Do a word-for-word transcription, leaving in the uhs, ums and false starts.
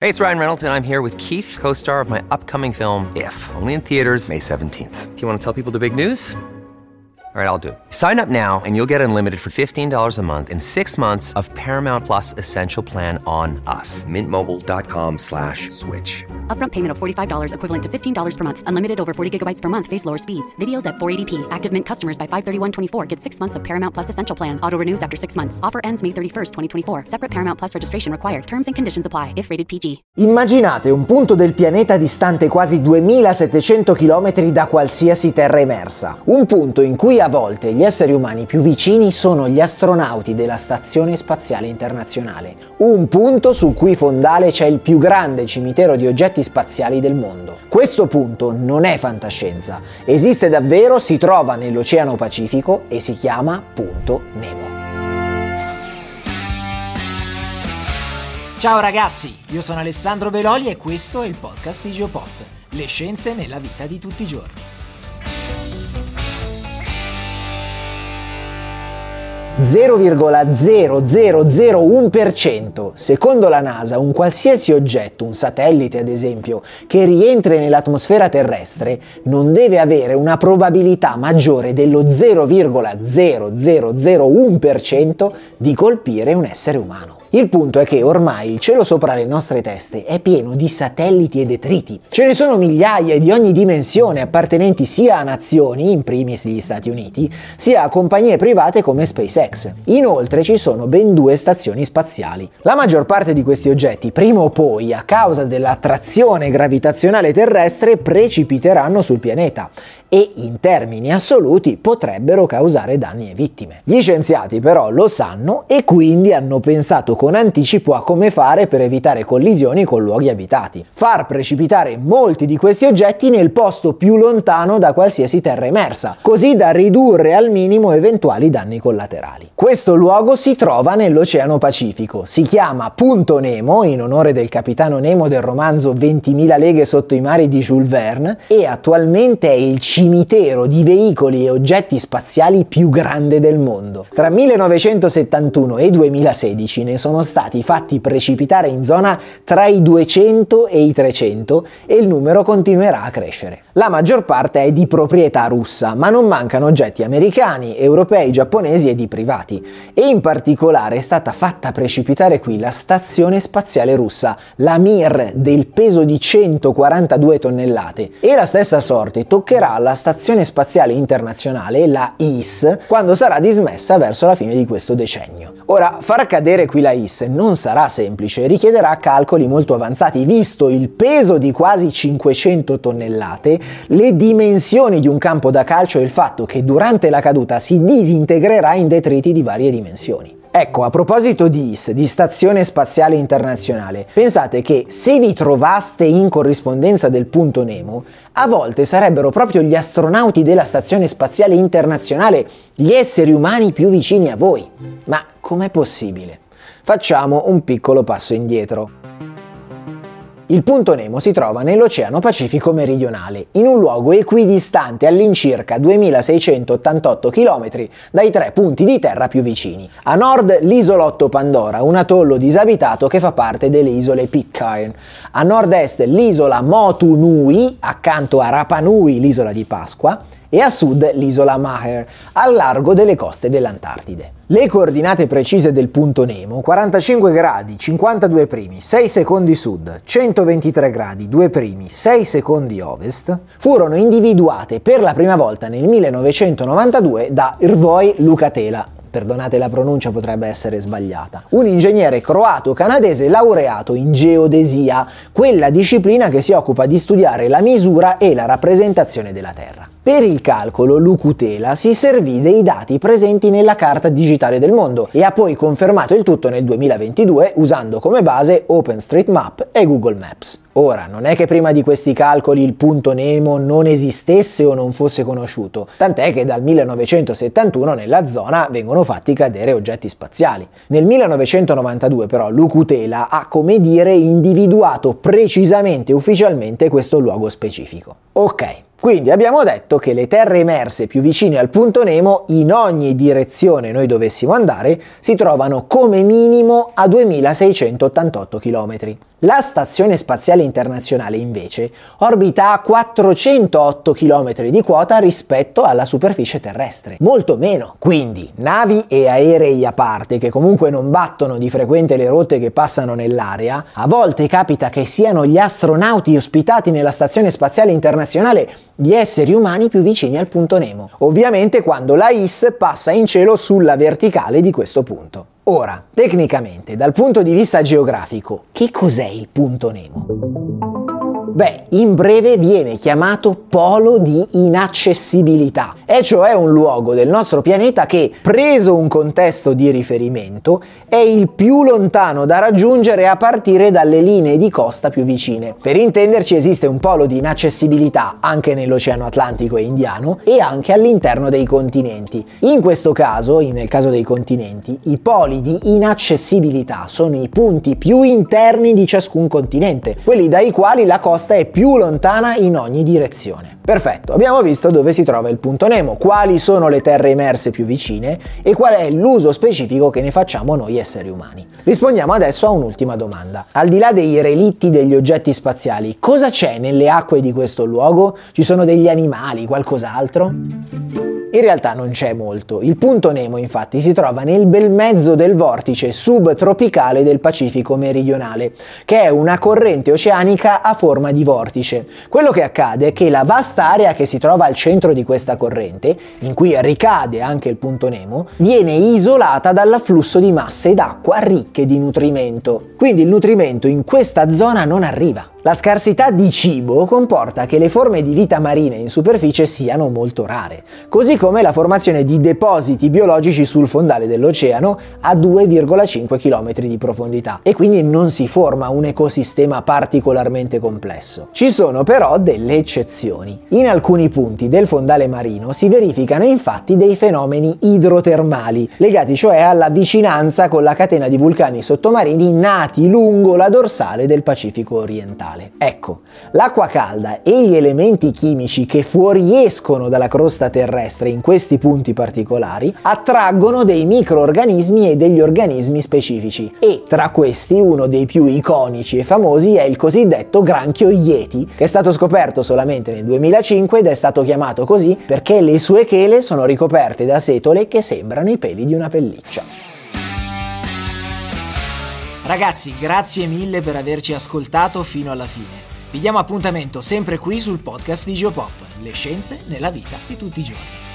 Hey, it's Ryan Reynolds, and I'm here with Keith, co-star of my upcoming film, If, only in theaters May seventeenth. Do you want to tell people the big news? All right, I'll do it. Sign up now and you'll get unlimited for fifteen dollars a month and six months of Paramount Plus Essential Plan on us. Mint Mobile dot com slash switch. Upfront payment of forty-five dollars equivalent to fifteen dollars per month. Unlimited over forty gigabytes per month. Face lower speeds. Videos at four eighty p. Active Mint customers by five thirty-one twenty-four get six months of Paramount Plus Essential Plan. Auto renews after six months. Offer ends May thirty-first, twenty twenty-four. Separate Paramount Plus registration required. Terms and conditions apply if rated P G. Immaginate un punto del pianeta distante quasi duemilasettecento chilometri da qualsiasi terra emersa. Un punto in cui a volte gli esseri umani più vicini sono gli astronauti della Stazione Spaziale Internazionale. Un punto sul cui fondale c'è il più grande cimitero di oggetti spaziali del mondo. Questo punto non è fantascienza, esiste davvero, si trova nell'Oceano Pacifico e si chiama Punto Nemo. Ciao ragazzi, io sono Alessandro Beloli e questo è il podcast di Geopop, le scienze nella vita di tutti i giorni. zero virgola zero zero zero uno per cento. Secondo la NASA, un qualsiasi oggetto, un satellite ad esempio, che rientri nell'atmosfera terrestre non deve avere una probabilità maggiore dello zero virgola zero zero zero uno per cento di colpire un essere umano. Il punto è che ormai il cielo sopra le nostre teste è pieno di satelliti e detriti. Ce ne sono migliaia di ogni dimensione, appartenenti sia a nazioni, in primis gli Stati Uniti, sia a compagnie private come SpaceX. Inoltre ci sono ben due stazioni spaziali. La maggior parte di questi oggetti, prima o poi, a causa dell'attrazione gravitazionale terrestre, precipiteranno sul pianeta e, in termini assoluti, potrebbero causare danni e vittime. Gli scienziati però lo sanno e quindi hanno pensato con anticipo a come fare per evitare collisioni con luoghi abitati. Far precipitare molti di questi oggetti nel posto più lontano da qualsiasi terra emersa, così da ridurre al minimo eventuali danni collaterali. Questo luogo si trova nell'Oceano Pacifico, si chiama Punto Nemo, in onore del capitano Nemo del romanzo ventimila leghe sotto i mari di Jules Verne, e attualmente è il cimitero di veicoli e oggetti spaziali più grande del mondo. Tra millenovecentosettantuno e duemilasedici ne sono sono stati fatti precipitare in zona tra i duecento e i trecento e il numero continuerà a crescere. La maggior parte è di proprietà russa, ma non mancano oggetti americani, europei, giapponesi e di privati. E in particolare è stata fatta precipitare qui la stazione spaziale russa, la Mir, del peso di centoquarantadue tonnellate. E la stessa sorte toccherà alla Stazione Spaziale Internazionale, la I S, quando sarà dismessa verso la fine di questo decennio. Ora, far cadere qui la I S non sarà semplice, richiederà calcoli molto avanzati, visto il peso di quasi cinquecento tonnellate, le dimensioni di un campo da calcio e il fatto che durante la caduta si disintegrerà in detriti di varie dimensioni. Ecco, a proposito di I S, di Stazione Spaziale Internazionale, pensate che se vi trovaste in corrispondenza del Punto Nemo, a volte sarebbero proprio gli astronauti della Stazione Spaziale Internazionale gli esseri umani più vicini a voi. Ma com'è possibile? Facciamo un piccolo passo indietro. Il Punto Nemo si trova nell'Oceano Pacifico meridionale, in un luogo equidistante all'incirca duemilaseicentottantotto chilometri dai tre punti di terra più vicini. A nord l'isolotto Pandora, un atollo disabitato che fa parte delle isole Pitcairn. A nord-est l'isola Motu Nui, accanto a Rapa Nui, l'isola di Pasqua, e a sud l'isola Maher, al largo delle coste dell'Antartide. Le coordinate precise del Punto Nemo, quarantacinque gradi, cinquantadue primi, sei secondi sud, centoventitré gradi, due primi, sei secondi ovest, furono individuate per la prima volta nel millenovecentonovantadue da Hrvoje Lukatela. Perdonate la pronuncia, potrebbe essere sbagliata. Un ingegnere croato-canadese laureato in geodesia, quella disciplina che si occupa di studiare la misura e la rappresentazione della Terra. Per il calcolo Lukutela si servì dei dati presenti nella carta digitale del mondo e ha poi confermato il tutto nel duemilaventidue usando come base OpenStreetMap e Google Maps. Ora, non è che prima di questi calcoli il Punto Nemo non esistesse o non fosse conosciuto, tant'è che dal millenovecentosettantuno nella zona vengono fatti cadere oggetti spaziali. Nel millenovecentonovantadue però Lukutela ha, come dire, individuato precisamente e ufficialmente questo luogo specifico. Ok. Quindi abbiamo detto che le terre emerse più vicine al Punto Nemo, in ogni direzione noi dovessimo andare, si trovano come minimo a duemilaseicentottantotto chilometri. La Stazione Spaziale Internazionale invece orbita a quattrocentootto chilometri di quota rispetto alla superficie terrestre, molto meno. Quindi navi e aerei a parte, che comunque non battono di frequente le rotte che passano nell'area, a volte capita che siano gli astronauti ospitati nella Stazione Spaziale Internazionale gli esseri umani più vicini al punto Nemo, ovviamente quando la I S S passa in cielo sulla verticale di questo punto. Ora, tecnicamente, dal punto di vista geografico, che cos'è il punto Nemo? Beh, in breve viene chiamato polo di inaccessibilità, e cioè un luogo del nostro pianeta che, preso un contesto di riferimento, è il più lontano da raggiungere a partire dalle linee di costa più vicine. Per intenderci, esiste un polo di inaccessibilità anche nell'Oceano Atlantico e Indiano e anche all'interno dei continenti. In questo caso, nel caso dei continenti, i poli di inaccessibilità sono i punti più interni di ciascun continente, quelli dai quali la costa è più lontana in ogni direzione. Perfetto, abbiamo visto dove si trova il punto Nemo, quali sono le terre emerse più vicine e qual è l'uso specifico che ne facciamo noi esseri umani. Rispondiamo adesso a un'ultima domanda. Al di là dei relitti degli oggetti spaziali, cosa c'è nelle acque di questo luogo? Ci sono degli animali, qualcos'altro? In realtà non c'è molto. Il punto Nemo infatti si trova nel bel mezzo del vortice subtropicale del Pacifico meridionale, che è una corrente oceanica a forma di vortice. Quello che accade è che la vasta area che si trova al centro di questa corrente, in cui ricade anche il punto Nemo, viene isolata dall'afflusso di masse d'acqua ricche di nutrimento. Quindi il nutrimento in questa zona non arriva. La scarsità di cibo comporta che le forme di vita marine in superficie siano molto rare, così come la formazione di depositi biologici sul fondale dell'oceano a due virgola cinque chilometri di profondità, e quindi non si forma un ecosistema particolarmente complesso. Ci sono però delle eccezioni. In alcuni punti del fondale marino si verificano infatti dei fenomeni idrotermali, legati cioè alla vicinanza con la catena di vulcani sottomarini nati lungo la dorsale del Pacifico orientale. Ecco, l'acqua calda e gli elementi chimici che fuoriescono dalla crosta terrestre in questi punti particolari attraggono dei microorganismi e degli organismi specifici, e tra questi uno dei più iconici e famosi è il cosiddetto granchio Yeti, che è stato scoperto solamente nel duemilacinque ed è stato chiamato così perché le sue chele sono ricoperte da setole che sembrano i peli di una pelliccia. Ragazzi, grazie mille per averci ascoltato fino alla fine. Vi diamo appuntamento sempre qui sul podcast di Geopop, le scienze nella vita di tutti i giorni.